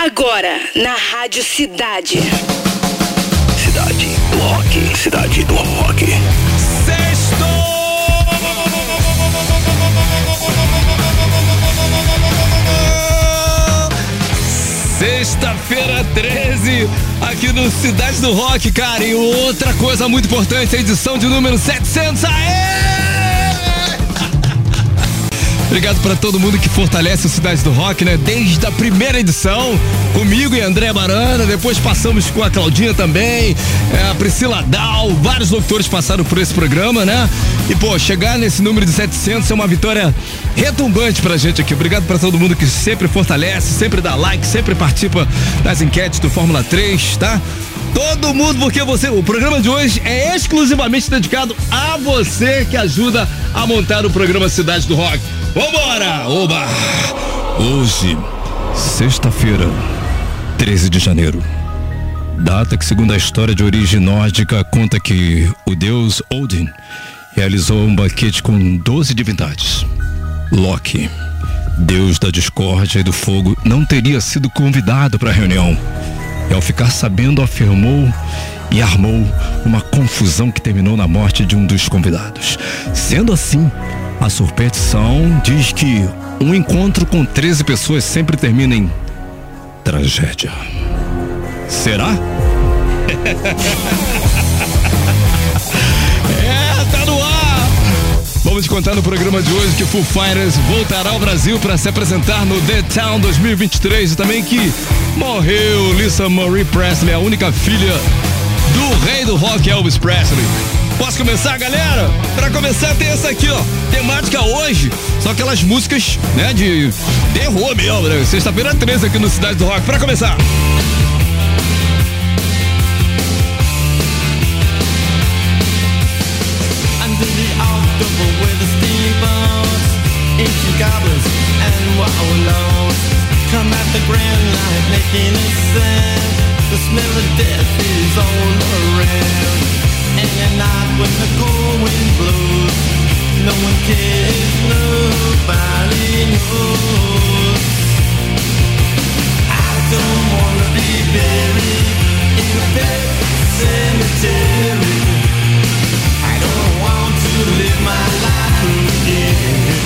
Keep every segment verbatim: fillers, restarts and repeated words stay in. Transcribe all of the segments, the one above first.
Agora, na Rádio Cidade. Cidade do Rock. Cidade do Rock. Sexto! Sexta-feira treze, aqui no Cidade do Rock, cara. E outra coisa muito importante, a edição de número setecentos. Aê! Obrigado para todo mundo que fortalece o Cidade do Rock, né? Desde a primeira edição, comigo e André Barana, depois passamos com a Claudinha também, é, a Priscila Dal, vários locutores passaram por esse programa, né? E, pô, chegar nesse número de setecentos é uma vitória retumbante pra gente aqui. Obrigado para todo mundo que sempre fortalece, sempre dá like, sempre participa das enquetes do Fórmula três, tá? Todo mundo, porque você, o programa de hoje é exclusivamente dedicado a você que ajuda a montar o programa Cidade do Rock. Vambora! Oba! Hoje, sexta-feira, treze de janeiro. Data que, segundo a história de origem nórdica, conta que o deus Odin realizou um banquete com doze divindades. Loki, deus da discórdia e do fogo, não teria sido convidado para a reunião. E ao ficar sabendo, afirmou e armou uma confusão que terminou na morte de um dos convidados. Sendo assim, a superstição diz que um encontro com treze pessoas sempre termina em tragédia. Será? É, tá no ar! Vamos te contar no programa de hoje que Foo Fighters voltará ao Brasil para se apresentar no The Town dois mil e vinte e três e também que morreu Lisa Marie Presley, a única filha do rei do rock Elvis Presley. Posso começar, galera? Pra começar tem essa aqui, ó, temática hoje, só aquelas músicas, né, de terror mesmo, né? Sexta-feira treze aqui no Cidade do Rock. Pra começar. With the steamboats, ancient goblins and wallows come at the grand light making a sound. The smell of death is all around. And at night when the cold wind blows, no one cares, nobody knows. I don't wanna be buried in a pet cemetery. I don't want to live my life again.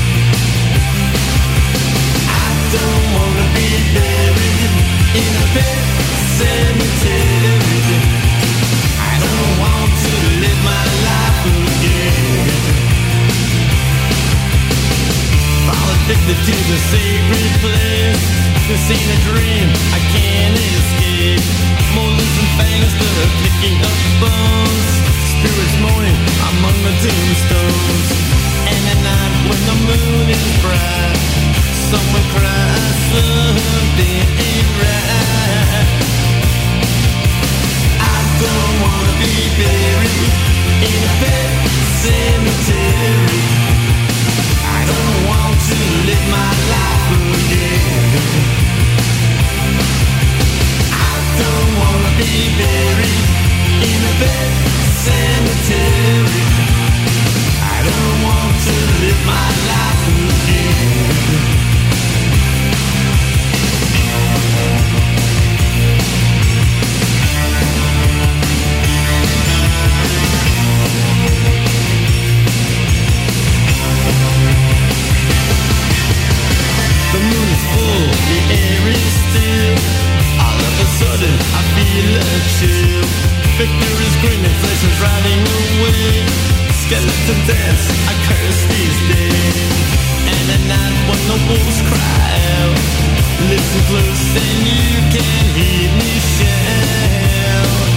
I don't want to be buried in a pet cemetery. I don't want to live my life again. Fall addicted to the sacred place. This ain't a dream, I can't escape. Molars and fangs that are picking up bones. Spirits moaning among the tombstones. And at night when the moon is bright, someone cries something ain't right. I don't wanna be buried in a pet cemetery. I don't want to live my life again. I don't wanna be buried in a pet cemetery. I don't want to live my life again. The moon is full, the air is still. All of a sudden I feel a chill. Victor is grinning, flesh is riding away. Skeleton dance, I curse these days. And at night when the wolves cry out, listen close and you can hear me shout.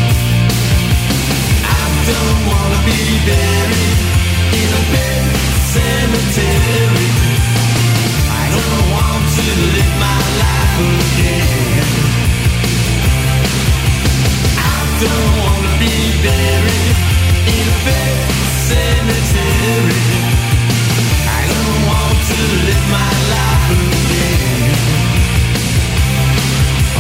I don't wanna be buried in a pet cemetery. I don't want to live my life again. I don't wanna be buried in a pet cemetery. I don't want to live my life again.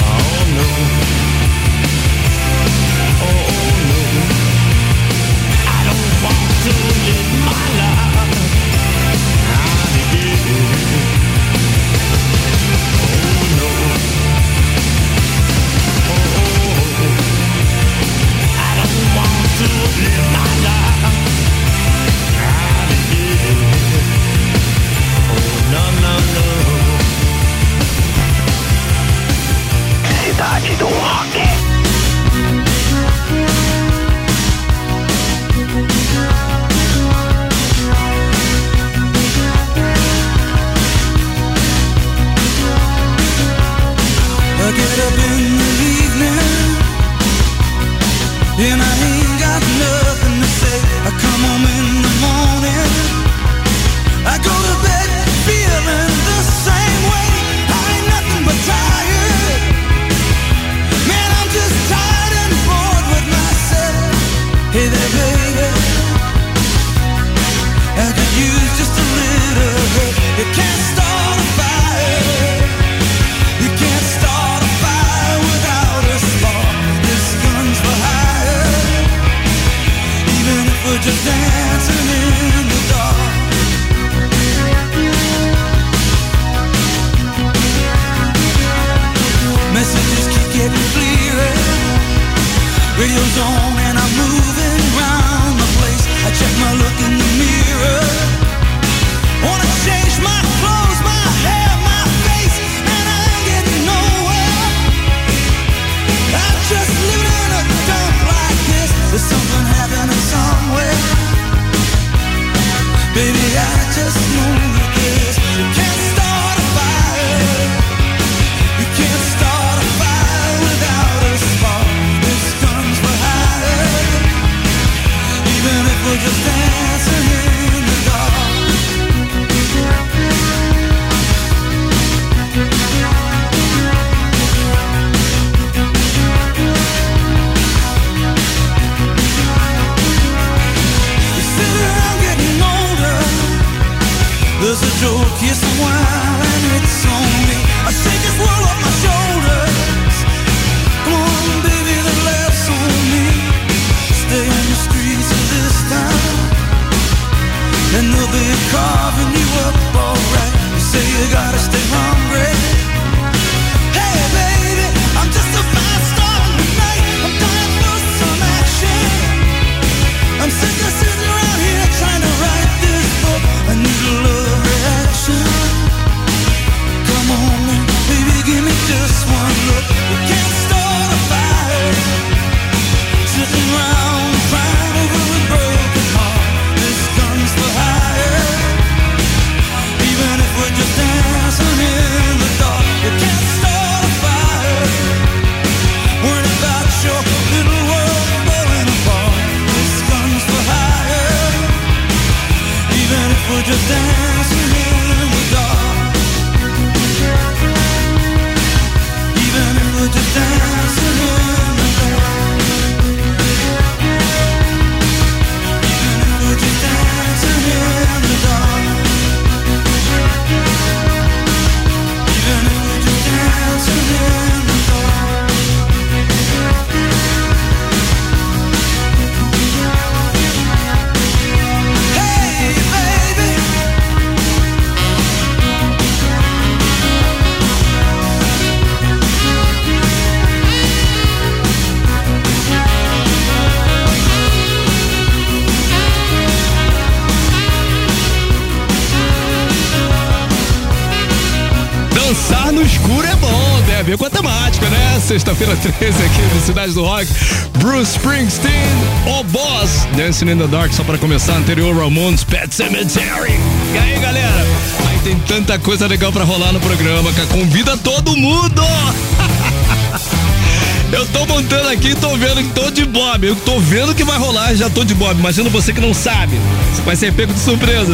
radio's on and I'm moving around the place. I check my look in the mirror. Wanna change my clothes, my hair, my face, and I ain't getting nowhere. I just live in a dump like this. There's something happening somewhere. Baby, I just know that this. You can't start a fire. You can't start a fire without a spark. This guns for hire. Even if we're just dancing in the dark. You sit around getting older. There's a joke, yes, a while, and it's on me. I shake this world off my shoulders. Come on, baby, the laughs on me. Stay on the streets of this town, and they'll be carving you up alright. You say you gotta stay hungry. Hey, baby, I'm just a fast star tonight. I'm dying for some action. I'm sick of sitting around here trying to write this book. I need a love reaction. Come on, baby, give me just one look. We can't start a fire. Sitting around crying over a broken heart. This gun's for hire. Even if we're just dancing in the dark. We can't start a fire. Worrying about your little world falling apart. This gun's for hire. Even if we're just dancing in the dark. Even if we're just dancing in the dark. Even if we're just dancing in the dark. Even if we're just dancing in the dark. Hey, baby. Dançar no escuro é bom, tem a ver com a temática, né? Sexta-feira treze aqui no Cidade do Rock. Bruce Springsteen, O Boss, Dancing in the Dark, só para começar, anterior Ramones, Pet Sematary. E aí, galera? Aí tem tanta coisa legal pra rolar no programa, cara. Convida todo mundo! Eu tô montando aqui e tô vendo que tô de bob. Eu tô vendo que vai rolar, já tô de bob. Imagina você que não sabe. Você vai ser pego de surpresa.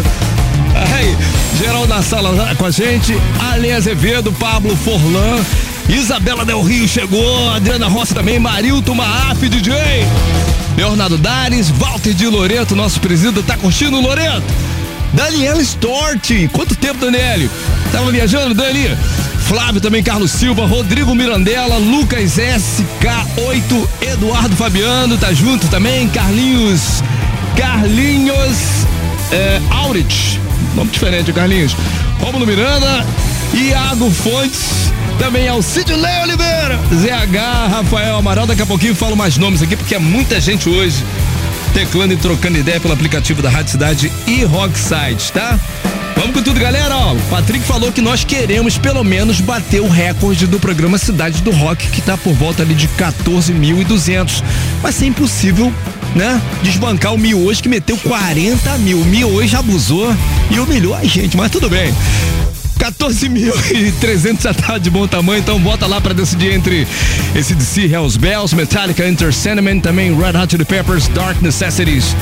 Aí, geral da sala com a gente, Ale Azevedo, Pablo Forlan, Isabela Del Rio chegou, Adriana Rossi também, Marilton Maaf, D J, Leonardo Dares, Walter de Loreto, nosso presídio, tá curtindo, Loreto? Daniela Stort, quanto tempo, Daniele? Tava viajando, Dani? Flávio também, Carlos Silva, Rodrigo Mirandela, Lucas S K oito, Eduardo Fabiano, tá junto também, Carlinhos, Carlinhos é, Aurich, nome diferente, Carlinhos, Rômulo Miranda, Iago Fontes, também Alcide Lei Oliveira, Z H, Rafael Amaral, daqui a pouquinho eu falo mais nomes aqui, porque é muita gente hoje teclando e trocando ideia pelo aplicativo da Rádio Cidade e Rockside, tá? Vamos com tudo, galera, ó, o Patrick falou que nós queremos pelo menos bater o recorde do programa Cidade do Rock, que tá por volta ali de quatorze mil e duzentos, vai ser impossível, né, desbancar o Mil hoje, que meteu quarenta mil, o Mil hoje abusou e humilhou a gente, mas tudo bem. quatorze mil e trezentos já tá de bom tamanho, então bota lá pra decidir entre esse D C, Hells Bells, Metallica, Enter Sandman, também Red Hot Chili Peppers, Dark Necessities.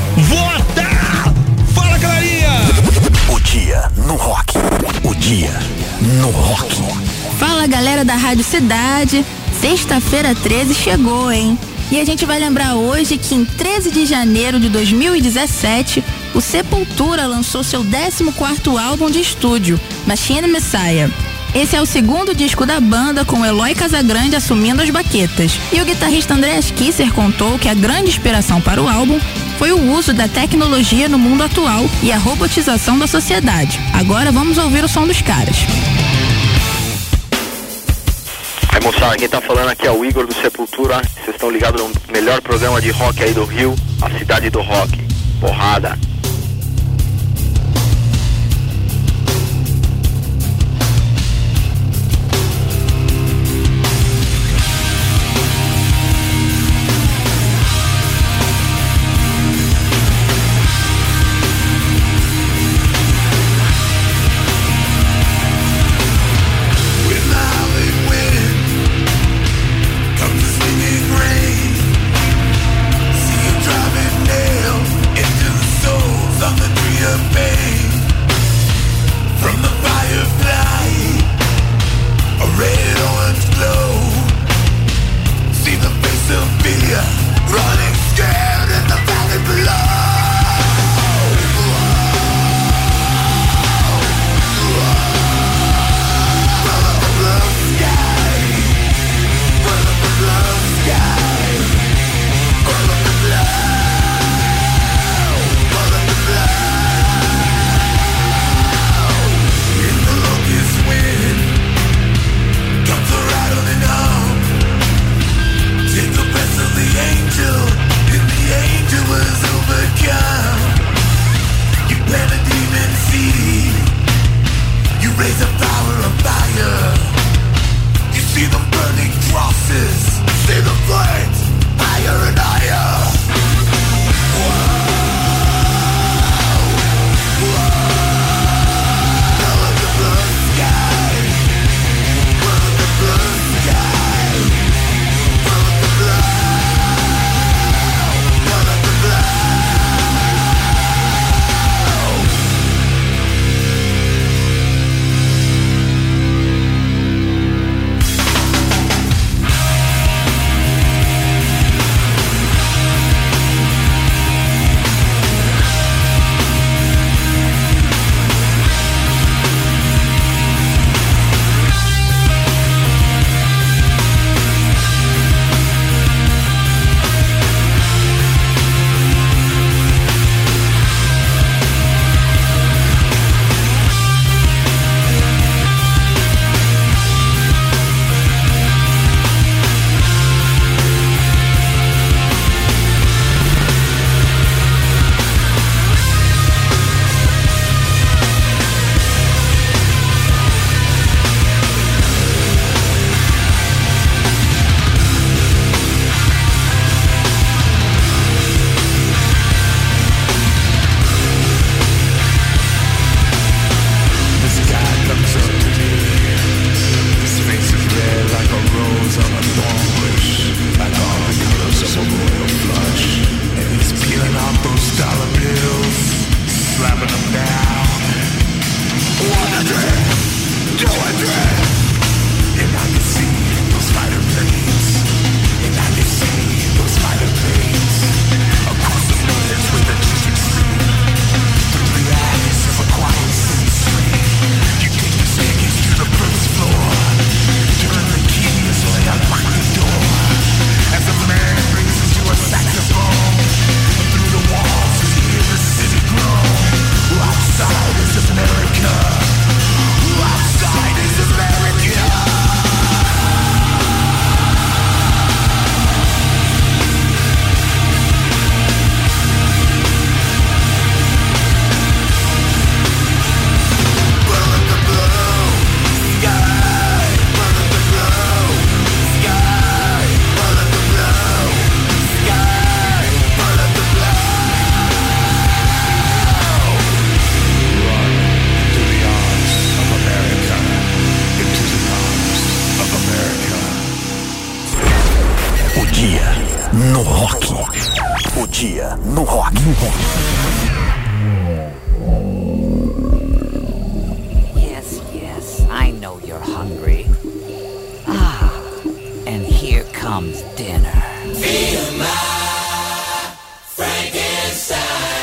Vota! Fala, galerinha! O dia no rock. O dia no rock. Fala, galera da Rádio Cidade. Sexta-feira treze chegou, hein? E a gente vai lembrar hoje que em treze de janeiro de dois mil e dezessete, o Sepultura lançou seu décimo quarto álbum de estúdio, Machine Messiah. Esse é o segundo disco da banda, com Eloy Casagrande assumindo as baquetas. E o guitarrista Andreas Kisser contou que a grande inspiração para o álbum foi o uso da tecnologia no mundo atual e a robotização da sociedade. Agora vamos ouvir o som dos caras. I'm moçada, quem tá falando aqui é o Igor do Sepultura. Vocês estão ligados no melhor programa de rock aí do Rio, a Cidade do Rock. Porrada. no rock. O dia no rock. No rock. Yes, yes, I know you're hungry. Ah, and here comes dinner. Feel my Frankenstein.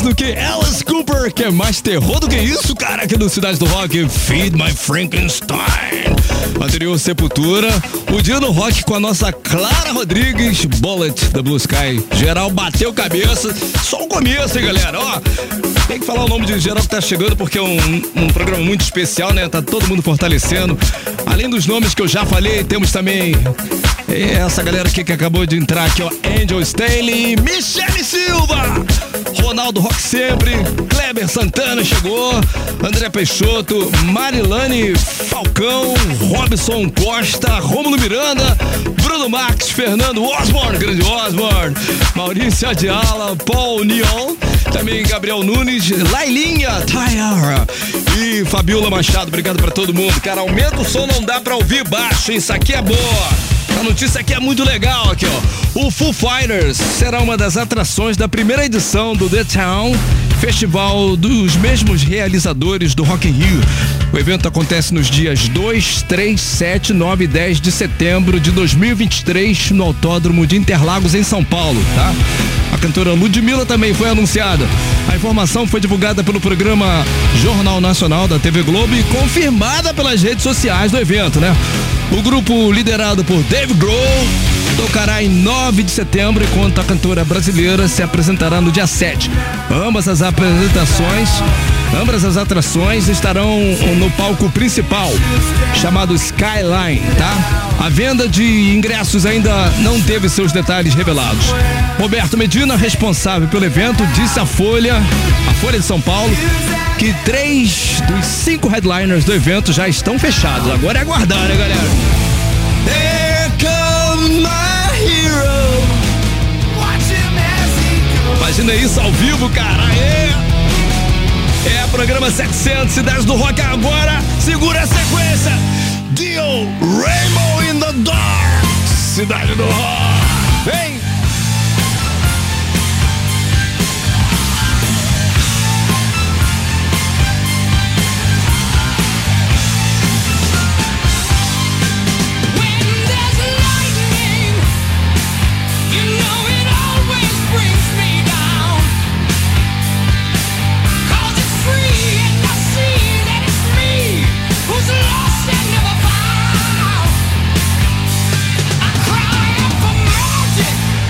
do que Alice Cooper, que é mais terror do que isso, cara, aqui no Cidade do Rock. Feed My Frankenstein. Anterior Sepultura. O Dia no Rock com a nossa Clara Rodrigues, Bullet da Blue Sky. Geral bateu cabeça. Só o começo, hein, galera? Ó, tem que falar o nome de geral que tá chegando, porque é um, um programa muito especial, né? Tá todo mundo fortalecendo. Além dos nomes que eu já falei, temos também essa galera aqui que acabou de entrar aqui, ó. Angel Staley, Michele Silva, Ronaldo Rock Sempre, Kleber Santana chegou, André Peixoto, Marilane Falcão, Robson Costa, Rômulo Miranda, Bruno Max, Fernando Osborne, grande Osborne, Maurício Adiala, Paul Neon, também Gabriel Nunes, Lailinha, Tayara e Fabiola Machado. Obrigado pra todo mundo. Cara, aumenta o som, não dá pra ouvir baixo, hein? Isso aqui é boa. A notícia aqui é muito legal, aqui ó. O Foo Fighters será uma das atrações da primeira edição do The Town, festival dos mesmos realizadores do Rock in Rio. O evento acontece nos dias dois, três, sete, nove e dez de setembro de dois mil e vinte e três no Autódromo de Interlagos, em São Paulo, tá? A cantora Ludmilla também foi anunciada. A informação foi divulgada pelo programa Jornal Nacional da T V Globo e confirmada pelas redes sociais do evento, né? O grupo, liderado por Dave Grohl, tocará em nove de setembro, enquanto a cantora brasileira se apresentará no dia sete. Ambas as apresentações, ambas as atrações estarão no palco principal, chamado Skyline, tá? A venda de ingressos ainda não teve seus detalhes revelados. Roberto Medina, responsável pelo evento, disse à Folha, a Folha de São Paulo, que três dos cinco headliners do evento já estão fechados. Agora é aguardar, né, galera? Here comes my hero. Imagina isso ao vivo, cara. É, é programa setecentos, Cidades do Rock agora. Segura a sequência. Dio, Rainbow in the Dark. Cidade do Rock. Vem. Crying for mercy.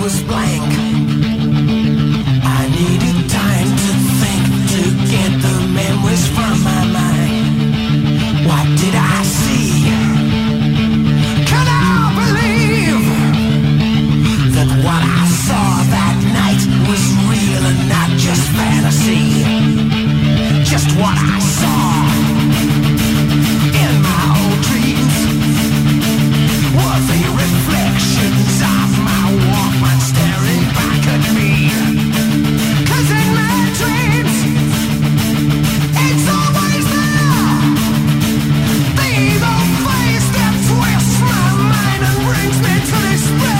was blank. I needed time to think, to get the memories from my mind. What did I see? Can I believe that what I saw that night was real and not just fantasy? Just what I saw in my old dreams were the reflections of my Walkman staring back at me. 'Cause in my dreams, it's always there, the evil face that twists my mind and brings me to despair.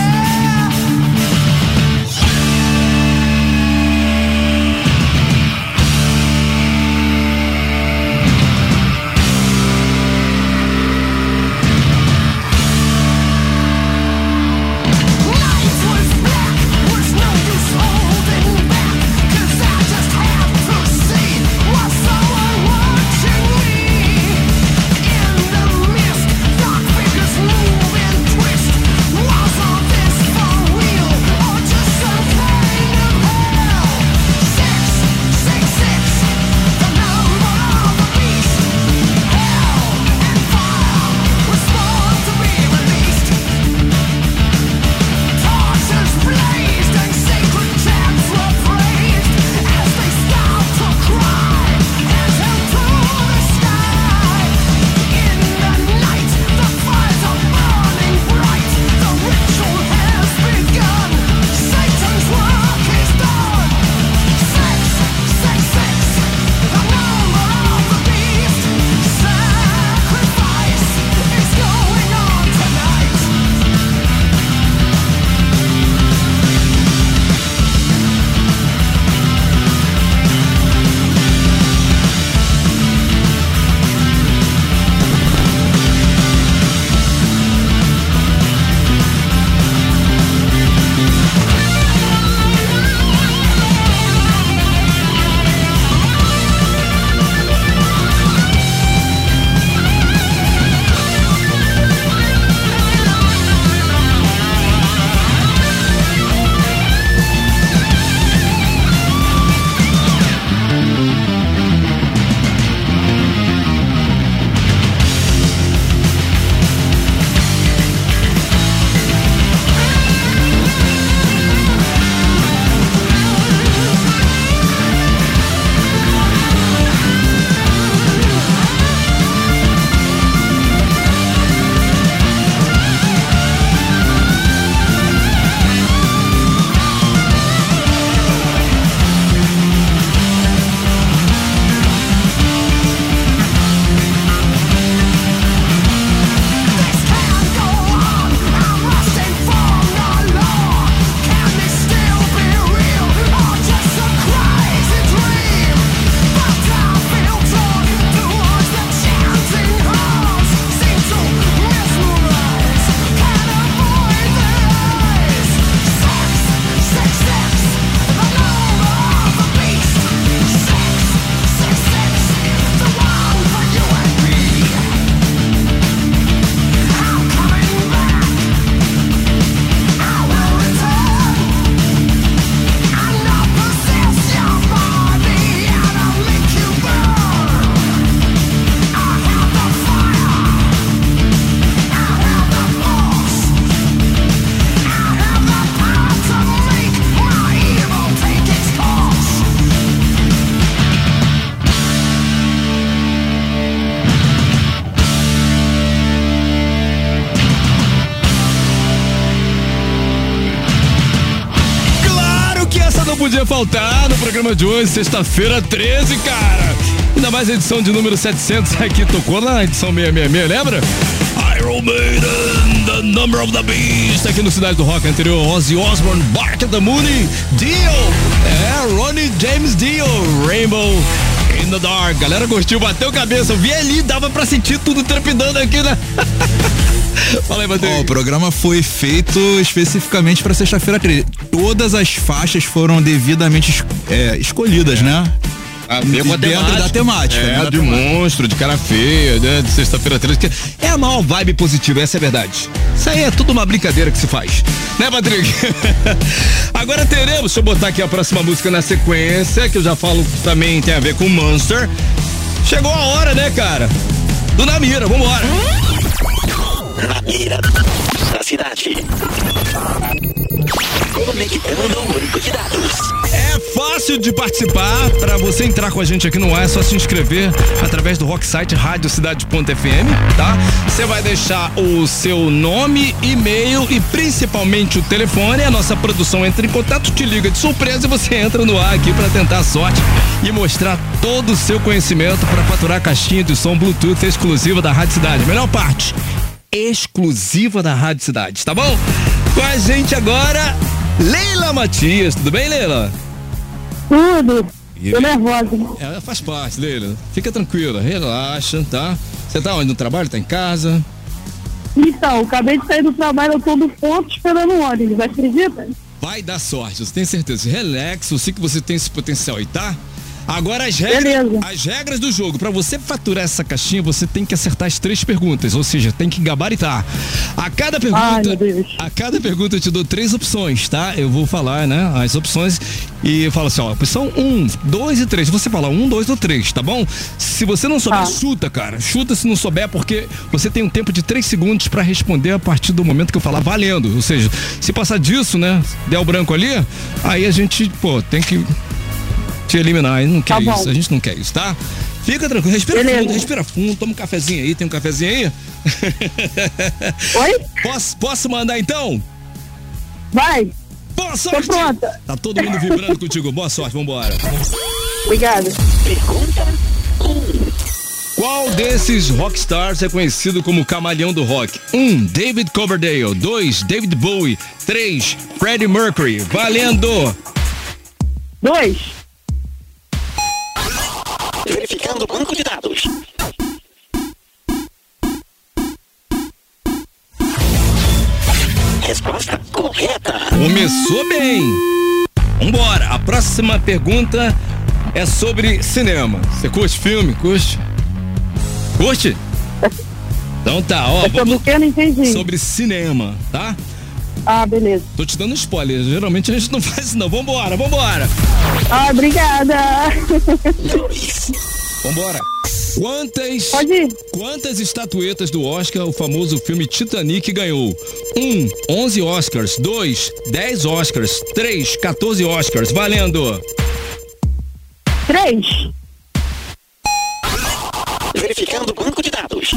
Podia faltar no programa de hoje, sexta-feira treze, cara. Ainda mais a edição de número setecentos aqui, tocou na edição seiscentos e sessenta e seis, lembra? Iron Maiden, The Number of the Beast, aqui no Cidade do Rock anterior, Ozzy Osbourne, Bark at the Moon, Dio, é, Ronnie James Dio, Rainbow in the Dark. Galera curtiu, bateu cabeça, eu vi ali, dava pra sentir tudo trepidando aqui, né? Fala aí, Matheus. Oh, o programa foi feito especificamente para sexta-feira treze. Todas as faixas foram devidamente es- é, escolhidas, é. né? A ver com a dentro temática. da temática. É, né, de monstro, de cara feia, né? De sexta-feira treze. que É a maior vibe positiva, essa é a verdade. Isso aí é tudo uma brincadeira que se faz. Né, Patrick? Agora teremos, deixa eu botar aqui a próxima música na sequência, que eu já falo que também tem a ver com Monster. Chegou a hora, né, cara? Do Na Mira, vambora. Na mira da cidade. Conectando o banco de dados. É fácil de participar. Para você entrar com a gente aqui no ar, é só se inscrever através do rock site rádio cidade ponto f m, tá? Você vai deixar o seu nome, e-mail e principalmente o telefone. A nossa produção entra em contato, te liga de surpresa e você entra no ar aqui para tentar a sorte e mostrar todo o seu conhecimento para faturar a caixinha de som Bluetooth exclusiva da Rádio Cidade. Melhor parte, exclusiva da Rádio Cidade, tá bom? Com a gente agora, Leila Matias. Tudo bem, Leila? Tudo. Tô nervosa. É, faz parte, Leila. Fica tranquila, relaxa, tá? Você tá onde? No trabalho? Tá em casa? Então, acabei de sair do trabalho, eu tô no ponto esperando um ônibus, acredita? Vai dar sorte, você tem certeza. Relax, eu sei que você tem esse potencial aí, tá? Agora as regras, as regras do jogo. Pra você faturar essa caixinha, você tem que acertar as três perguntas, ou seja, tem que gabaritar. A cada pergunta, Ai, a cada pergunta eu te dou três opções, tá? Eu vou falar, né, as opções e eu falo assim, ó, opção um, dois e três. Você fala um, dois ou três, tá bom? Se você não souber, ah. chuta, cara. Chuta se não souber, porque você tem um tempo de três segundos pra responder a partir do momento que eu falar valendo. Ou seja, se passar disso, né, der o branco ali, aí a gente, pô, tem que te eliminar, a gente não quer tá isso, a gente não quer isso, tá? Fica tranquilo, respira Beleza. fundo, respira fundo, toma um cafezinho aí, tem um cafezinho aí? Oi? Posso, posso mandar então? Vai. Boa sorte! Tô pronta. Tá todo mundo vibrando contigo, boa sorte, vambora. Obrigada. Pergunta um. Qual desses rockstars é conhecido como camaleão do rock? um. David Coverdale. dois. David Bowie. três. Freddie Mercury. Valendo! dois. Verificando o banco de dados. Resposta correta. Começou bem. Vambora. A próxima pergunta é sobre cinema. Você curte filme? Curte? Curte? Então tá, ó. É sobre o que? Eu não entendi. Sobre cinema, tá? Ah, beleza. Tô te dando spoiler. Geralmente a gente não faz isso não. Vambora, vambora. Ah, obrigada. Vambora. Quantas, Pode ir. quantas estatuetas do Oscar o famoso filme Titanic ganhou? um. onze Oscars. dois. dez Oscars. três. quatorze Oscars. Valendo. três. Verificando o banco de dados.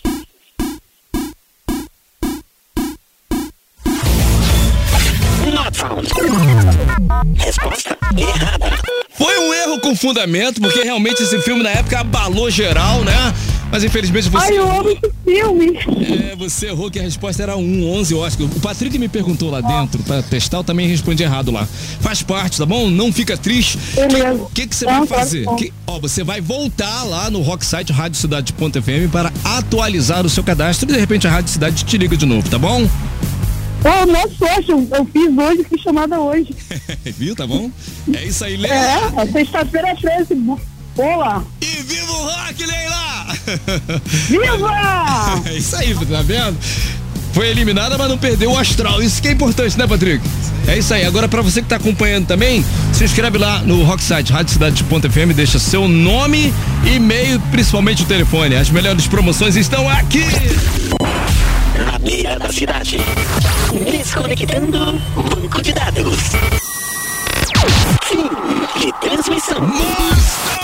Not found. Resposta errada. Foi um erro com fundamento, porque realmente esse filme na época abalou geral, né? Mas infelizmente você... Ai, eu amo esse filme. É, você errou que a resposta era um, onze Oscars. O Patrick me perguntou lá dentro pra testar, eu também respondi errado lá. Faz parte, tá bom? Não fica triste. Beleza. O que que você Não, vai fazer? tá bom. Que, ó, você vai voltar lá no rock site rádio cidade ponto f m para atualizar o seu cadastro e de repente a Rádio Cidade te liga de novo, tá bom? Oh, nossa, sorte, eu, eu fiz hoje, fui chamada hoje. Viu, tá bom? É isso aí, Leila. É, é sexta-feira treze. Boa. E viva o rock, Leila! Viva! É isso aí, tá vendo? Foi eliminada, mas não perdeu o astral. Isso que é importante, né, Patrick? É isso aí. Agora, pra você que tá acompanhando também, se inscreve lá no rock site rádio cidade ponto f m, deixa seu nome, e-mail e principalmente o telefone. As melhores promoções estão aqui! Na beira da cidade. Desconectando o banco de dados. Fim de transmissão. Monster!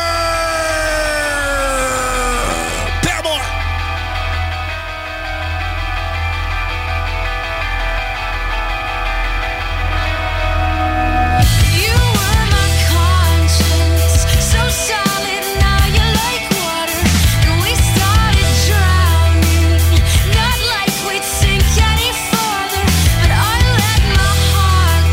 Pebble! You were my conscience, so solid, now you're like water. And we started drowning, not like we'd sink any further. But I let my heart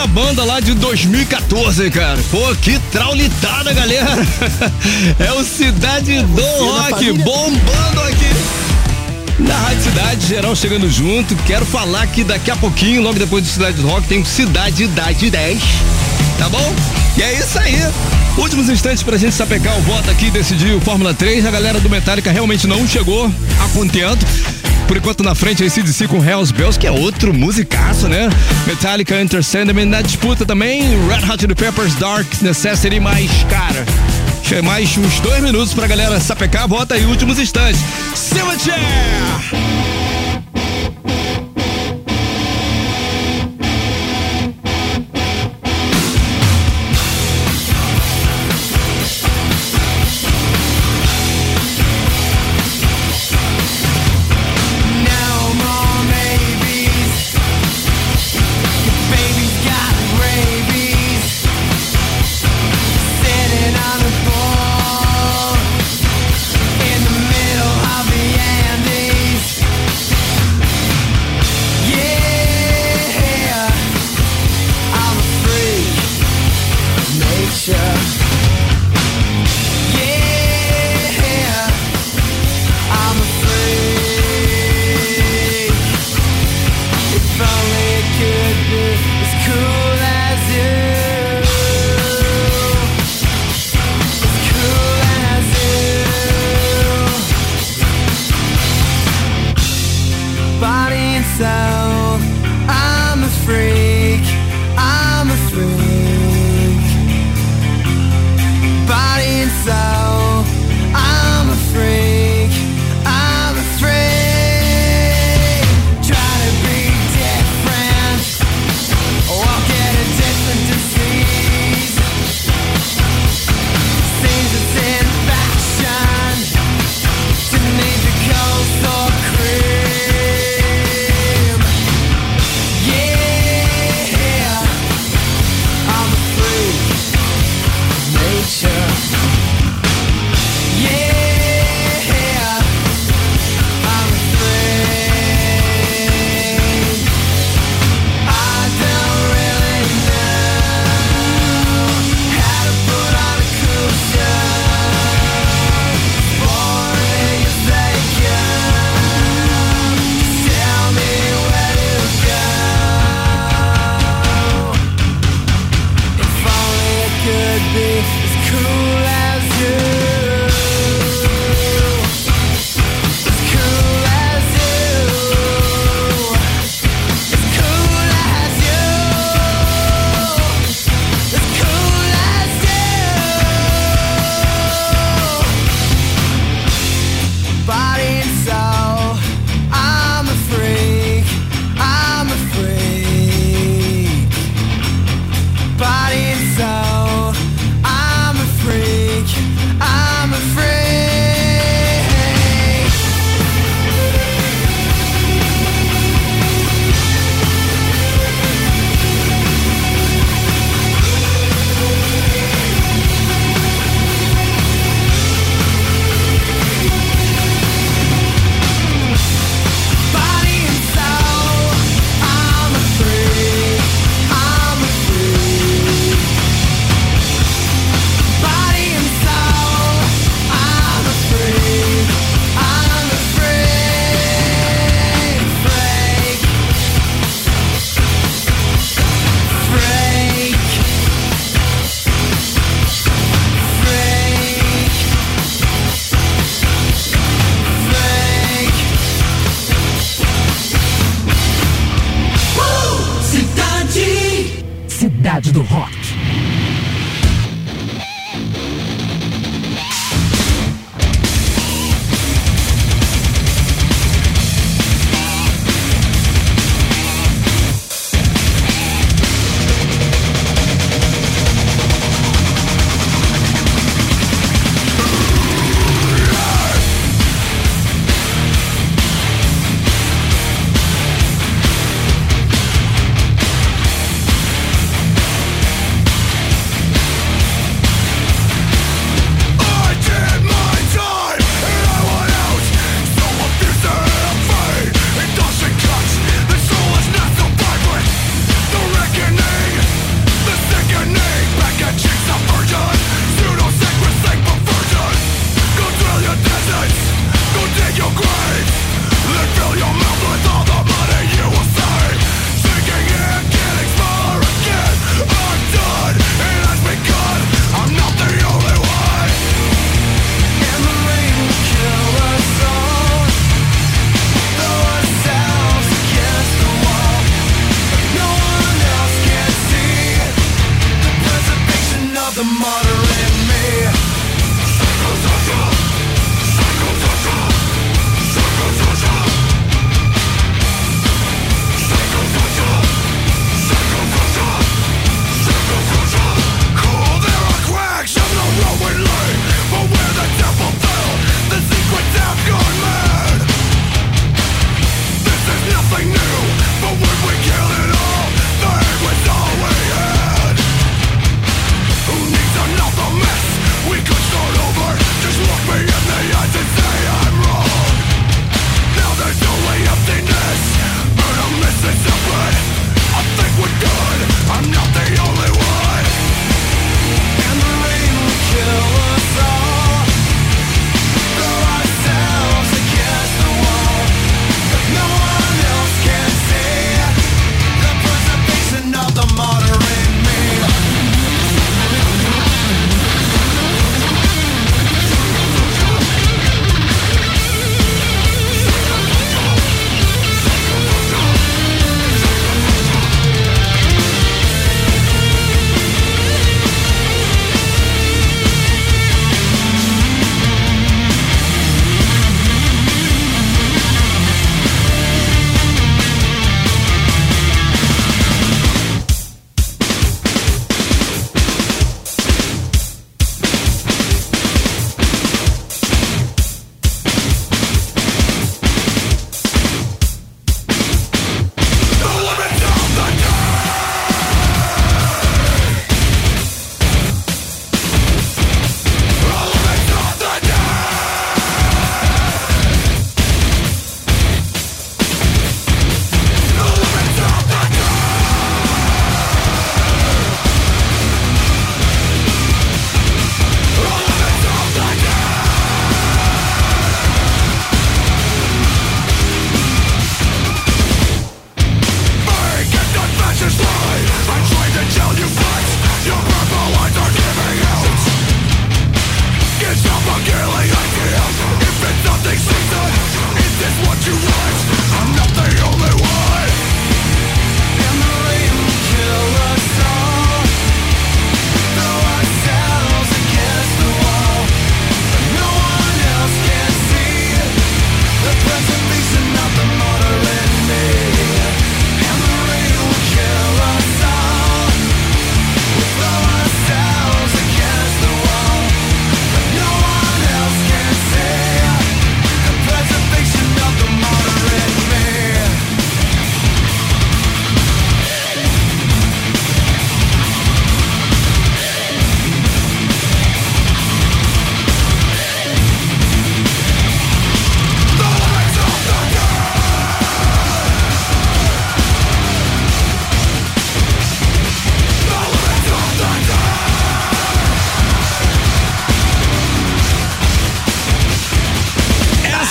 banda lá de dois mil e quatorze, cara. Pô, que traulitada, galera. É o Cidade do Rock bombando aqui na Rádio Cidade, geral chegando junto. Quero falar que daqui a pouquinho, logo depois do Cidade do Rock, tem o Cidade Idade dez. Tá bom? E é isso aí. Últimos instantes pra gente sapecar o voto aqui e decidir o Fórmula três. A galera do Metallica realmente não chegou a contento. Por enquanto na frente, a C D C com Hells Bells, que é outro musicaço, né? Metallica, Enter Sandman na disputa também. Red Hot Chili Peppers, Dark Necessity, mais, cara, mais uns dois minutos pra galera sapecar. Vota aí, últimos instantes. Silverchair! In the middle of the Andes.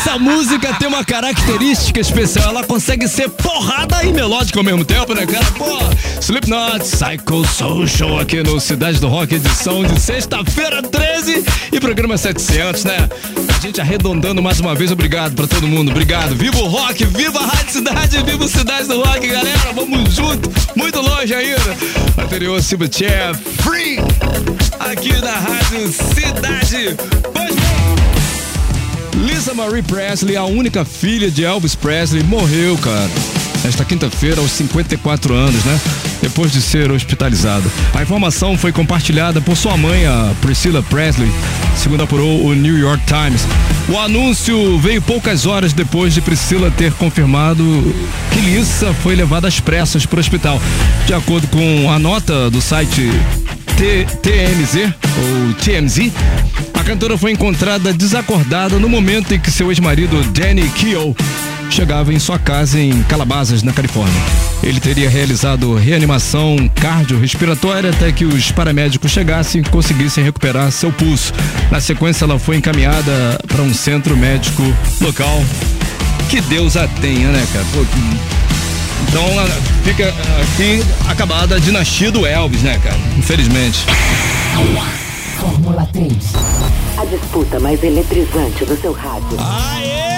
Essa música tem uma característica especial, ela consegue ser porrada e melódica ao mesmo tempo, né, cara? Pô, Slipknot, Psycho Social aqui no Cidade do Rock, edição de sexta-feira, treze e programa setecentos, né? A gente arredondando mais uma vez, obrigado pra todo mundo, obrigado. Viva o rock, viva a Rádio Cidade, viva o Cidade do Rock, galera, vamos junto, muito longe ainda. Anterior, Silverchair, Free, aqui na Rádio Cidade. Pois bem, Lisa Marie Presley, a única filha de Elvis Presley, morreu, cara, nesta quinta-feira, aos cinquenta e quatro anos, né? Depois de ser hospitalizada. A informação foi compartilhada por sua mãe, a Priscilla Presley, segundo apurou o New York Times. O anúncio veio poucas horas depois de Priscilla ter confirmado que Lisa foi levada às pressas para o hospital. De acordo com a nota do site T M Z, ou T M Z, a cantora foi encontrada desacordada no momento em que seu ex-marido Danny Keough chegava em sua casa em Calabasas, na Califórnia. Ele teria realizado reanimação cardiorrespiratória até que os paramédicos chegassem e conseguissem recuperar seu pulso. Na sequência, ela foi encaminhada para um centro médico local. Que Deus a tenha, né, cara? Pô, então, fica aqui acabada a dinastia do Elvis, né, cara? Infelizmente. Fórmula três. A disputa mais eletrizante do seu rádio. Aê!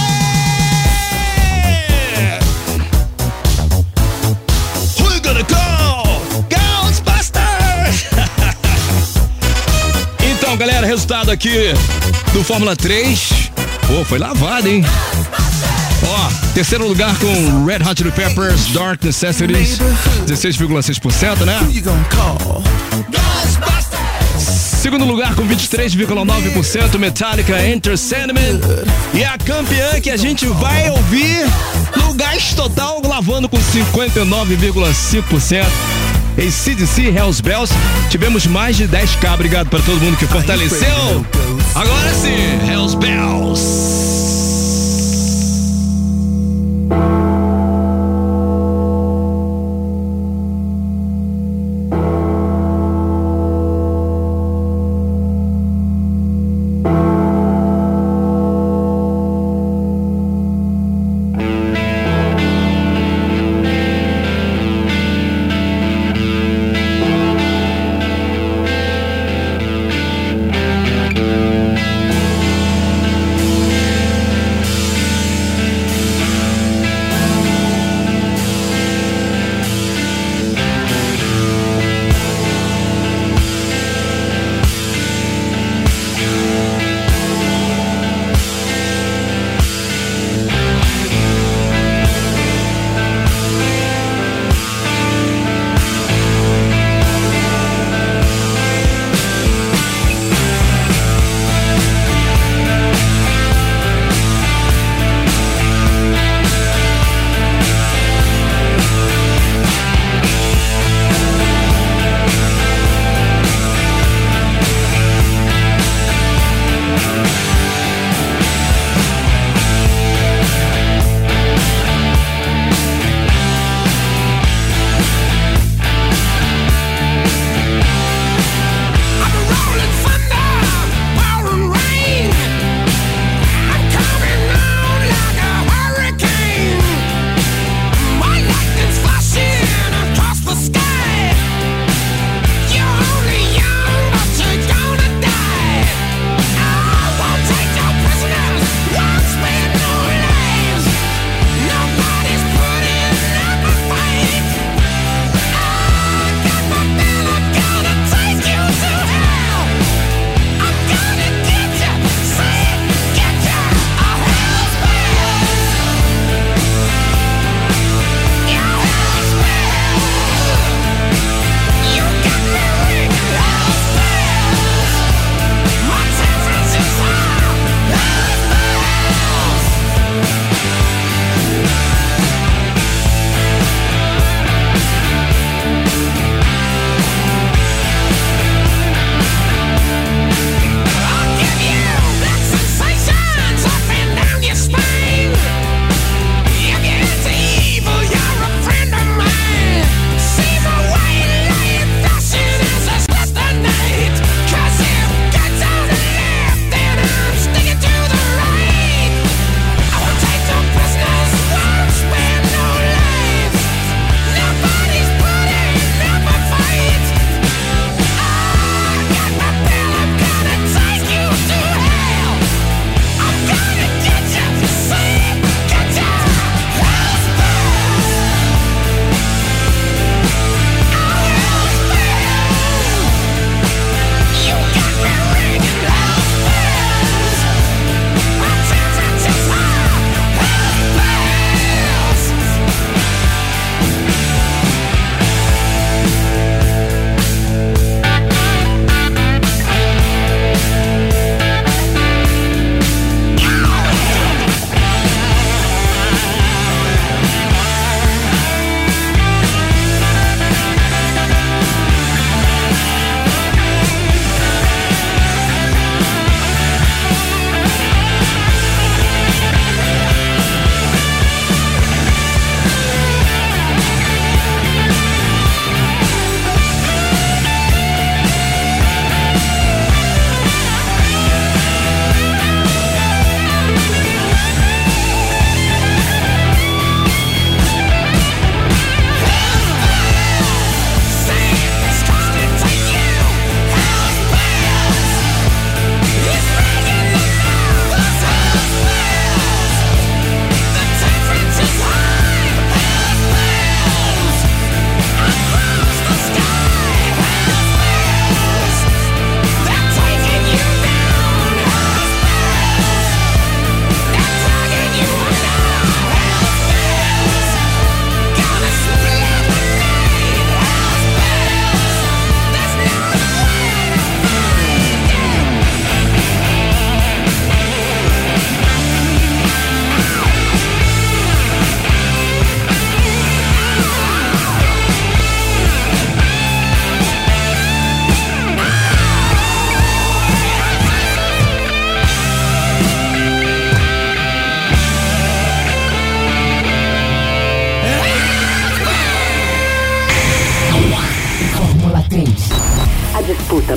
Who's gonna go? Ghostbusters! Então, galera, resultado aqui do Fórmula três. Pô, foi lavado, hein? Ó, terceiro lugar com Red Hot Chili Peppers, Dark Necessities, dezesseis vírgula seis por cento, né? Segundo lugar com vinte e três vírgula nove por cento, Metallica, Enter Sandman. E a campeã que a gente vai ouvir no Gás Total, lavando com cinquenta e nove vírgula cinco por cento. A C D C, Hells Bells. Tivemos mais de dez K, obrigado para todo mundo que fortaleceu. Agora sim, Hells Bells.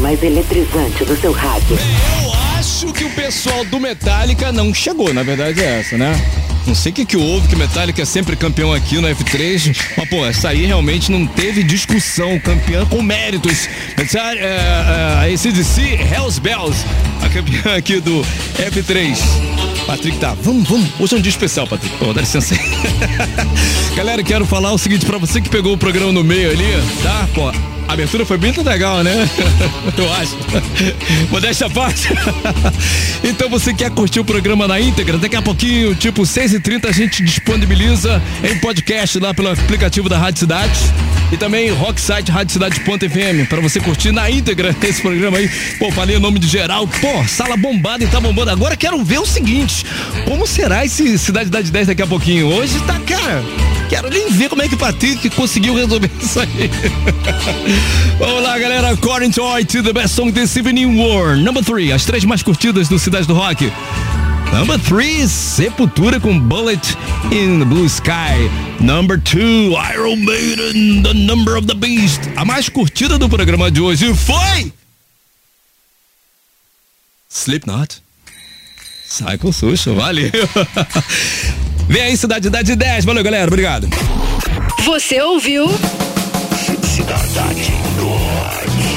mais eletrizante do seu rádio. Eu acho que o pessoal do Metallica não chegou, na verdade é essa, né? Não sei o que que houve, que Metallica é sempre campeão aqui no F três, mas pô, essa aí realmente não teve discussão, campeã com méritos. Mas, é, é, a A C D C, Hells Bells, a campeã aqui do F três. Patrick tá, vamos, vamos, hoje é um dia especial, Patrick, pô, dá licença aí. Galera, quero falar o seguinte pra você que pegou o programa no meio ali, tá? Pô, a abertura foi bem legal, né? Eu acho. Modéstia à parte. Então você quer curtir o programa na íntegra? Daqui a pouquinho, tipo seis e trinta, a gente disponibiliza em podcast lá pelo aplicativo da Rádio Cidade. E também rocksite rádio cidade ponto f m pra você curtir na íntegra esse programa aí. Pô, falei o nome de geral. Pô, sala bombada e tá bombando. Agora quero ver o seguinte: como será esse Cidade das dez daqui a pouquinho? Hoje tá, cara, quero nem ver como é que o Patrick conseguiu resolver isso aí. Vamos lá, galera. According to I T, the best song this evening war. Number three, as três mais curtidas do Cidade do Rock. Number three, Sepultura com Bullet in the Blue Sky. Number two, Iron Maiden, The Number of the Beast. A mais curtida do programa de hoje foi Slipknot. Psycho Social, valeu. Vem aí, Cidade das dez. Valeu, galera, obrigado. Você ouviu? Cidade do Rock.